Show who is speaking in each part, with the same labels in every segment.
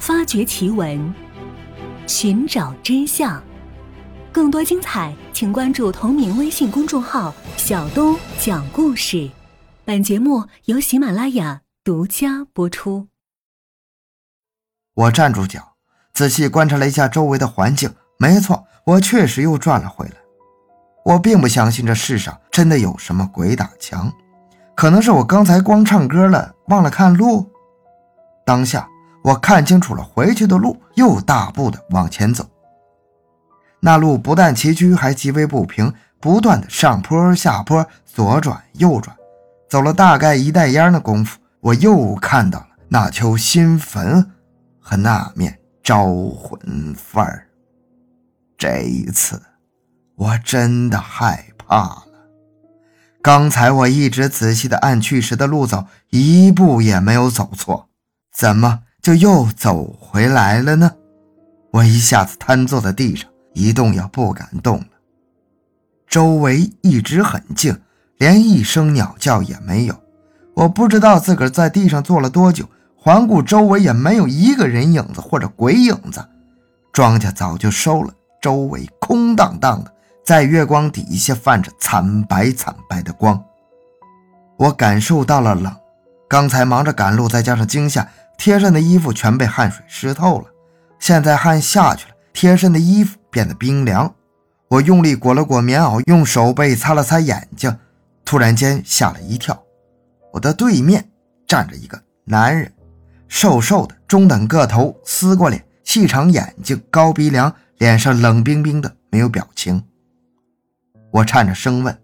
Speaker 1: 发掘奇闻，寻找真相。更多精彩，请关注同名微信公众号“小东讲故事”。本节目由喜马拉雅独家播出。
Speaker 2: 我站住脚，仔细观察了一下周围的环境，没错，我确实又转了回来。我并不相信这世上真的有什么鬼打墙，可能是我刚才光唱歌了，忘了看路。当下我看清楚了回去的路，又大步的往前走。那路不但崎岖，还极为不平，不断的上坡下坡，左转右转，走了大概一袋烟的功夫，我又看到了那丘新坟和那面招魂幡儿。这一次我真的害怕了。刚才我一直仔细的按去时的路走，一步也没有走错，怎么就又走回来了呢？我一下子瘫坐在地上，一动也不敢动了。周围一直很静，连一声鸟叫也没有。我不知道自个儿在地上坐了多久，环顾周围也没有一个人影子或者鬼影子。庄稼早就收了，周围空荡荡的，在月光底下泛着惨白的光。我感受到了冷，刚才忙着赶路，再加上惊吓，贴身的衣服全被汗水湿透了，现在汗下去了，贴身的衣服变得冰凉。我用力裹了裹棉袄，用手背擦了擦眼睛，突然间吓了一跳。我的对面站着一个男人，瘦瘦的，中等个头，丝过脸，细长眼睛，高鼻梁，脸上冷冰冰的，没有表情。我颤着声问：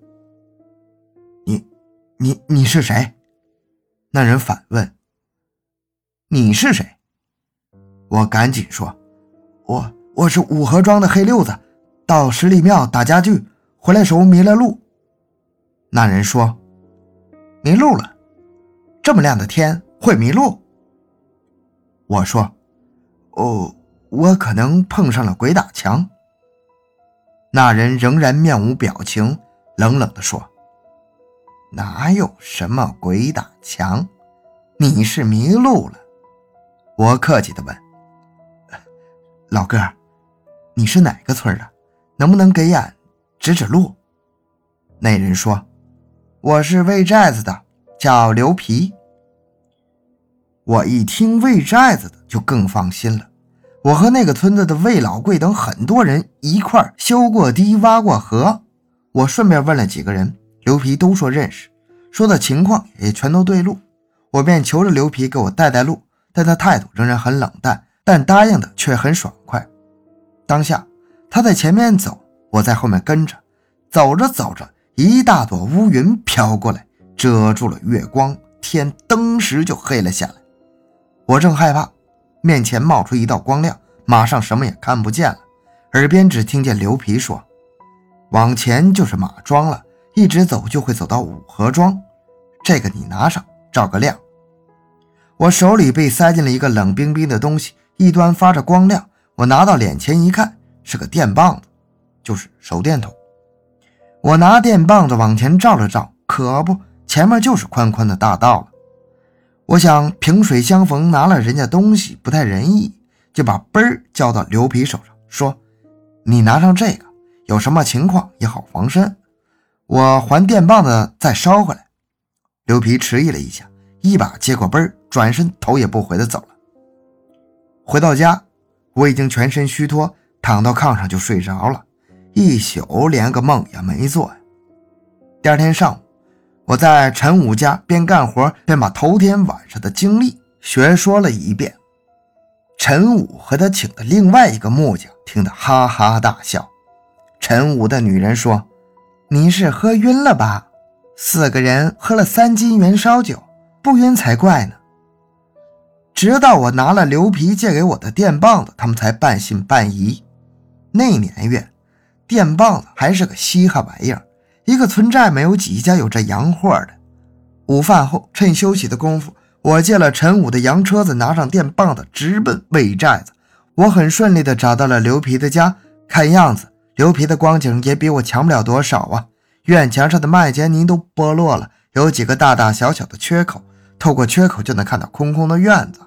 Speaker 2: 你是谁？那人反问：你是谁？我赶紧说：我是五河庄的黑六子，到十里庙打家具，回来时候迷了路。那人说：迷路了？这么亮的天会迷路？我说：我可能碰上了鬼打墙。那人仍然面无表情，冷冷地说：哪有什么鬼打墙，你是迷路了。我客气地问：老哥，你是哪个村的？能不能给俺指指路？那人说：我是魏寨子的，叫刘皮。我一听魏寨子的就更放心了，我和那个村子的魏老贵等很多人一块修过堤，挖过河。我顺便问了几个人，刘皮都说认识，说的情况也全都对路。我便求着刘皮给我带路，但他态度仍然很冷淡，但答应的却很爽快。当下他在前面走，我在后面跟着，走着走着，一大朵乌云飘过来，遮住了月光，天登时就黑了下来。我正害怕，面前冒出一道光亮，马上什么也看不见了，耳边只听见刘皮说：往前就是马庄了，一直走就会走到五河庄，这个你拿上照个亮。我手里被塞进了一个冷冰冰的东西，一端发着光亮，我拿到脸前一看，是个电棒子，就是手电筒。我拿电棒子往前照了照，可不，前面就是宽宽的大道了。我想萍水相逢，拿了人家东西不太仁义，就把杯儿交到刘皮手上，说：你拿上这个，有什么情况也好防身，我还电棒子再烧回来。刘皮迟疑了一下，一把接过杯儿，转身头也不回的走了。回到家，我已经全身虚脱，躺到炕上就睡着了，一宿连个梦也没做呀。第二天上午，我在陈武家边干活边把头天晚上的经历学说了一遍。陈武和他请的另外一个木匠听得哈哈大笑。陈武的女人说：你是喝晕了吧？4个人喝了3斤元烧酒，不晕才怪呢。直到我拿了刘皮借给我的电棒子，他们才半信半疑。那年月，电棒子还是个稀罕玩意儿，一个村寨没有几家有这洋货的。午饭后，趁休息的功夫，我借了陈武的洋车子，拿上电棒子直奔魏寨子。我很顺利地找到了刘皮的家，看样子刘皮的光景也比我强不了多少啊。院墙上的麦秸泥都剥落了，有几个大大小小的缺口，透过缺口就能看到空空的院子，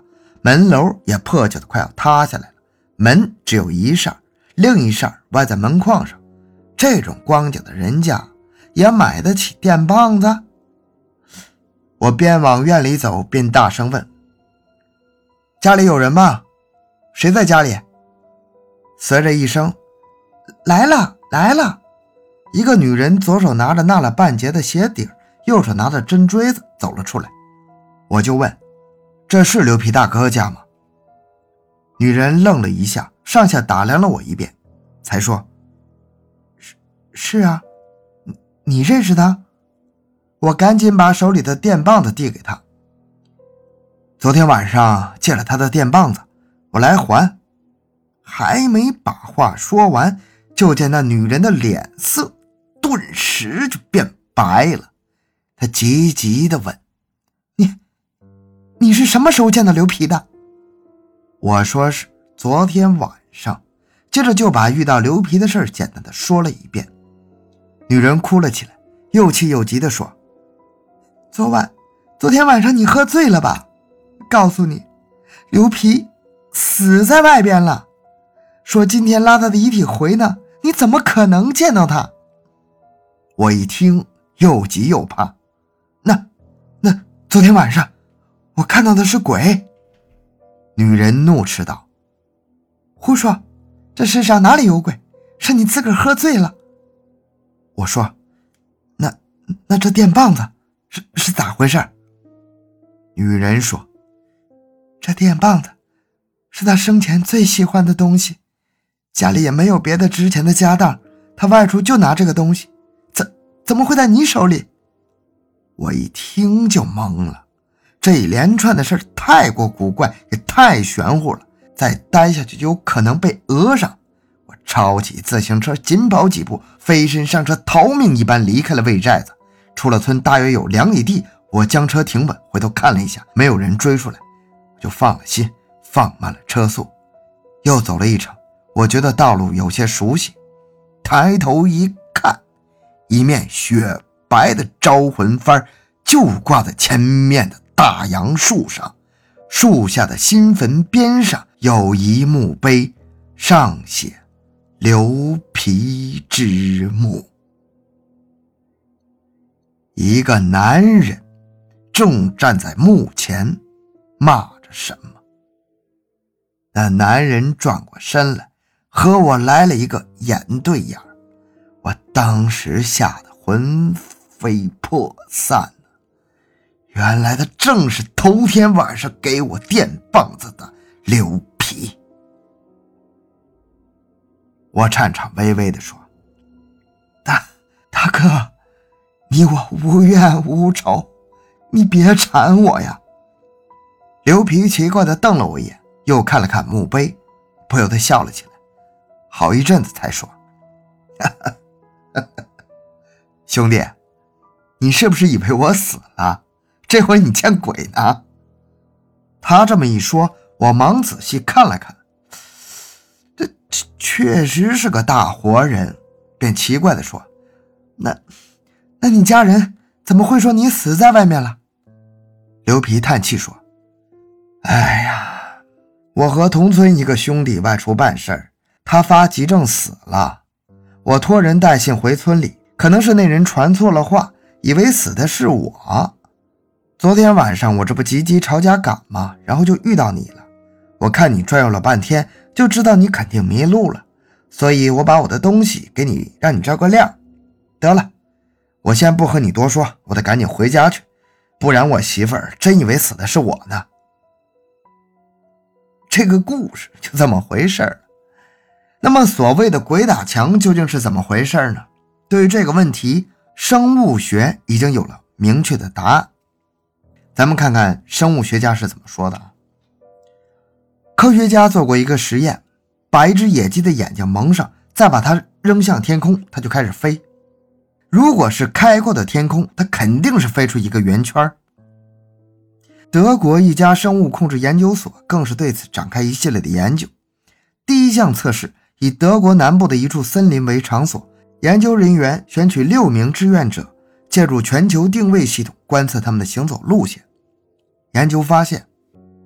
Speaker 2: 门楼也破旧的快要塌下来了，门只有一扇，另一扇歪在门框上。这种光景的人家也买得起电棒子？我边往院里走边大声问：家里有人吗？谁在家里？随着一声来了来了，一个女人左手拿着纳了半截的鞋底，右手拿着针锥子走了出来。我就问：这是刘皮大哥家吗？女人愣了一下，上下打量了我一遍，才说：是啊，你认识他？我赶紧把手里的电棒子递给他。昨天晚上借了他的电棒子，我来还。还没把话说完，就见那女人的脸色顿时就变白了。她急急地问：你是什么时候见到刘皮的？我说是昨天晚上，接着就把遇到刘皮的事简单的说了一遍。女人哭了起来，又气又急地说：昨天晚上你喝醉了吧？告诉你，刘皮死在外边了，说今天拉他的遗体回呢，你怎么可能见到他？我一听又急又怕，那昨天晚上我看到的是鬼。女人怒斥道：胡说，这世上哪里有鬼，是你自个儿喝醉了。我说：那这电棒子是咋回事？女人说：这电棒子是他生前最喜欢的东西，家里也没有别的值钱的家当，他外出就拿这个东西，怎么会在你手里？我一听就懵了，这一连串的事太过古怪，也太玄乎了，再待下去就有可能被讹上。我抄起自行车，紧跑几步，飞身上车，逃命一般离开了魏寨子。出了村大约有2里地，我将车停稳，回头看了一下，没有人追出来，我就放了心，放慢了车速。又走了一程，我觉得道路有些熟悉，抬头一看，一面雪白的招魂幡就挂在前面的大杨树上，树下的新坟边上有一墓碑，上写刘皮之墓。一个男人正站在墓前骂着什么。那男人转过身来和我来了一个眼对眼，我当时吓得魂飞魄散了。原来他正是头天晚上给我电棒子的刘皮。我颤颤巍巍地说：大哥，你我无怨无仇，你别缠我呀。刘皮奇怪地瞪了我一眼，又看了看墓碑，不由得笑了起来，好一阵子才说：兄弟，你是不是以为我死了？这回你见鬼呢？他这么一说，我忙仔细看了看，这确实是个大活人，便奇怪地说：那你家人怎么会说你死在外面了？刘皮叹气说：哎呀，我和同村一个兄弟外出办事，他发急症死了，我托人带信回村里，可能是那人传错了话，以为死的是我。昨天晚上我这不急急朝家赶吗，然后就遇到你了。我看你转悠了半天，就知道你肯定迷路了，所以我把我的东西给你，让你照个亮。得了，我先不和你多说，我得赶紧回家去，不然我媳妇儿真以为死的是我呢。这个故事就这么回事了。那么所谓的鬼打墙究竟是怎么回事呢？对于这个问题，生物学已经有了明确的答案。咱们看看生物学家是怎么说的。科学家做过一个实验，把一只野鸡的眼睛蒙上，再把它扔向天空，它就开始飞。如果是开阔的天空，它肯定是飞出一个圆圈。德国一家生物控制研究所更是对此展开一系列的研究。第一项测试以德国南部的一处森林为场所，研究人员选取6名志愿者，借助全球定位系统观测他们的行走路线。研究发现，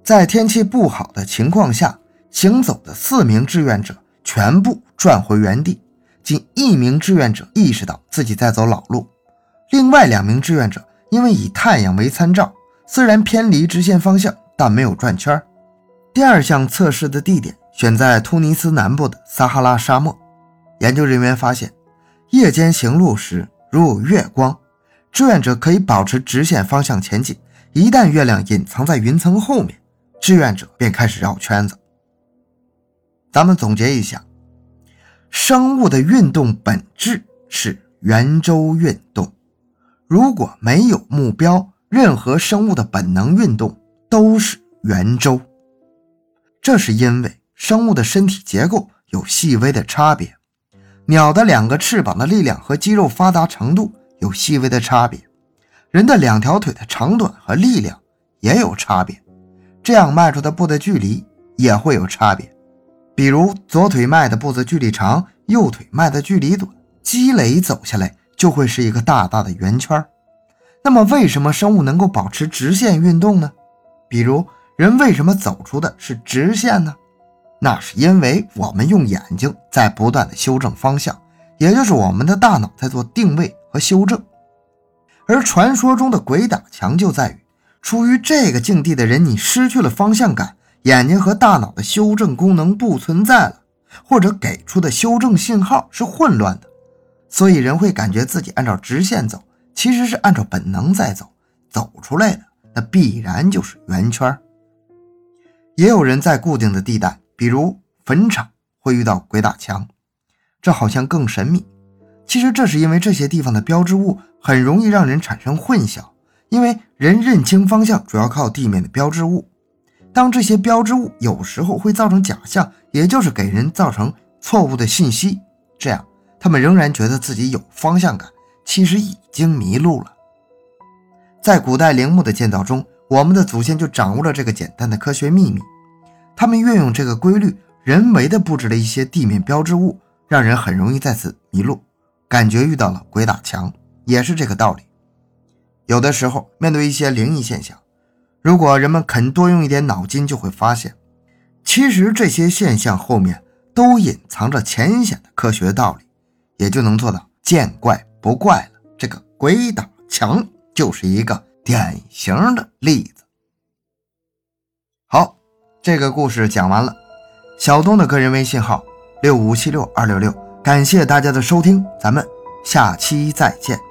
Speaker 2: 在天气不好的情况下，行走的4名志愿者全部转回原地，仅1名志愿者意识到自己在走老路，另外2名志愿者因为以太阳为参照，虽然偏离直线方向，但没有转圈。第2项测试的地点选在突尼斯南部的撒哈拉沙漠。研究人员发现，夜间行路时如有月光，志愿者可以保持直线方向前进，一旦月亮隐藏在云层后面，志愿者便开始绕圈子。咱们总结一下，生物的运动本质是圆周运动。如果没有目标，任何生物的本能运动都是圆周。这是因为生物的身体结构有细微的差别，鸟的2个翅膀的力量和肌肉发达程度有细微的差别，人的2条腿的长短和力量也有差别，这样迈出的步的距离也会有差别。比如左腿迈的步子距离长，右腿迈的距离短，积累走下来就会是一个大大的圆圈。那么为什么生物能够保持直线运动呢？比如人为什么走出的是直线呢？那是因为我们用眼睛在不断的修正方向，也就是我们的大脑在做定位和修正。而传说中的鬼打墙就在于，处于这个境地的人，你失去了方向感，眼睛和大脑的修正功能不存在了，或者给出的修正信号是混乱的，所以人会感觉自己按照直线走，其实是按照本能在走，走出来的那必然就是圆圈。也有人在固定的地带，比如坟场，会遇到鬼打墙，这好像更神秘。其实这是因为这些地方的标志物很容易让人产生混淆，因为人认清方向主要靠地面的标志物，当这些标志物有时候会造成假象，也就是给人造成错误的信息，这样他们仍然觉得自己有方向感，其实已经迷路了。在古代陵墓的建造中，我们的祖先就掌握了这个简单的科学秘密，他们运用这个规律，人为的布置了一些地面标志物，让人很容易在此迷路，感觉遇到了鬼打墙，也是这个道理。有的时候面对一些灵异现象，如果人们肯多用一点脑筋，就会发现其实这些现象后面都隐藏着浅显的科学道理，也就能做到见怪不怪了。这个鬼打墙就是一个典型的例子。好，这个故事讲完了。小东的个人微信号65762666，感谢大家的收听，咱们下期再见。